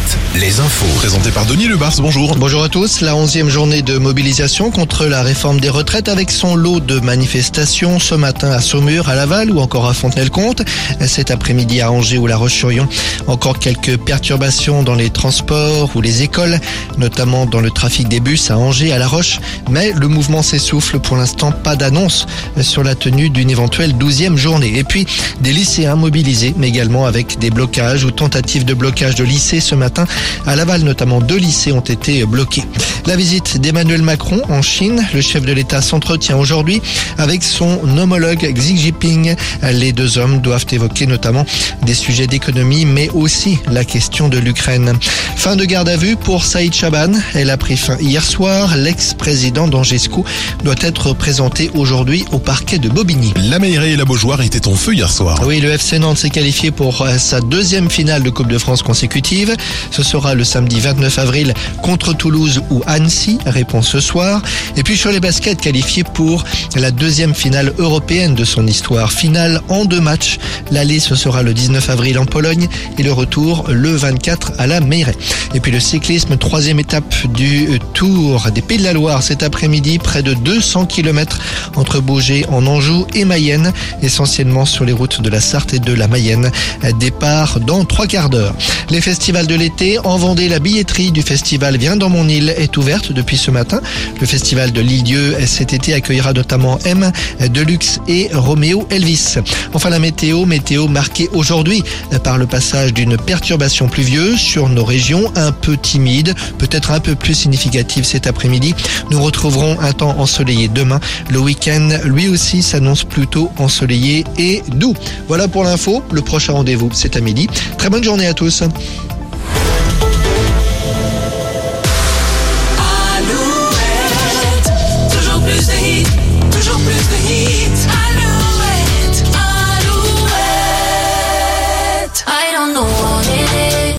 les infos. Présenté par Denis Lebars, bonjour. Bonjour à tous. La 11e journée de mobilisation contre la réforme des retraites avec son lot de manifestations ce matin à Saumur, à Laval ou encore à Fontenay-le-Comte. Cet après-midi à Angers ou La Roche-sur-Yon. Encore quelques perturbations dans les transports ou les écoles, notamment dans le trafic des bus à Angers, à La Roche. Mais le mouvement s'essouffle. Pour l'instant, pas d'annonce sur la tenue d'une éventuelle 12e journée. Et puis, des lycéens mobilisés, mais également avec des blocages ou tentatives de blocage de lycées ce matin. À Laval, notamment 2 lycées ont été bloqués. La visite d'Emmanuel Macron en Chine. Le chef de l'État s'entretient aujourd'hui avec son homologue Xi Jinping. Les deux hommes doivent évoquer notamment des sujets d'économie, mais aussi la question de l'Ukraine. Fin de garde à vue pour Saïd Chaban. Elle a pris fin hier soir. L'ex-président d'Angesco doit être présenté aujourd'hui au parquet de Bobigny. La Meilleray et la Beaujoire étaient en feu hier soir. Oui, le FC Nantes s'est qualifié pour sa 2e finale de Coupe de France consécutive. Ce sera le samedi 29 avril contre Toulouse ou Annecy. Réponse ce soir. Et puis Cholet Basket qualifié pour la 2e finale européenne de son histoire. Finale en 2 matchs. L'aller ce sera le 19 avril en Pologne et le retour le 24 à la Meilleray. Et puis le cyclisme, 3e étape du Tour des Pays de la Loire cet après-midi. Près de 200 km entre Baugé en Anjou et Mayenne, essentiellement sur les routes de la Sarthe et de la Mayenne. Départ dans 3 quarts d'heure. Les festivals de l'été en Vendée, la billetterie du festival Viens dans mon île est ouverte depuis ce matin. Le festival de l'Île-Dieu cet été accueillera notamment M, Deluxe et Roméo Elvis. Enfin la météo marquée aujourd'hui par le passage d'une perturbation pluvieuse sur nos régions, un peu timide, peut-être un peu plus significative cet après-midi. Nous retrouverons un temps ensoleillé demain. Le week-end, lui aussi, s'annonce plutôt ensoleillé et doux. Voilà pour l'info. Le prochain rendez-vous, c'est à midi. Très bonne journée à tous.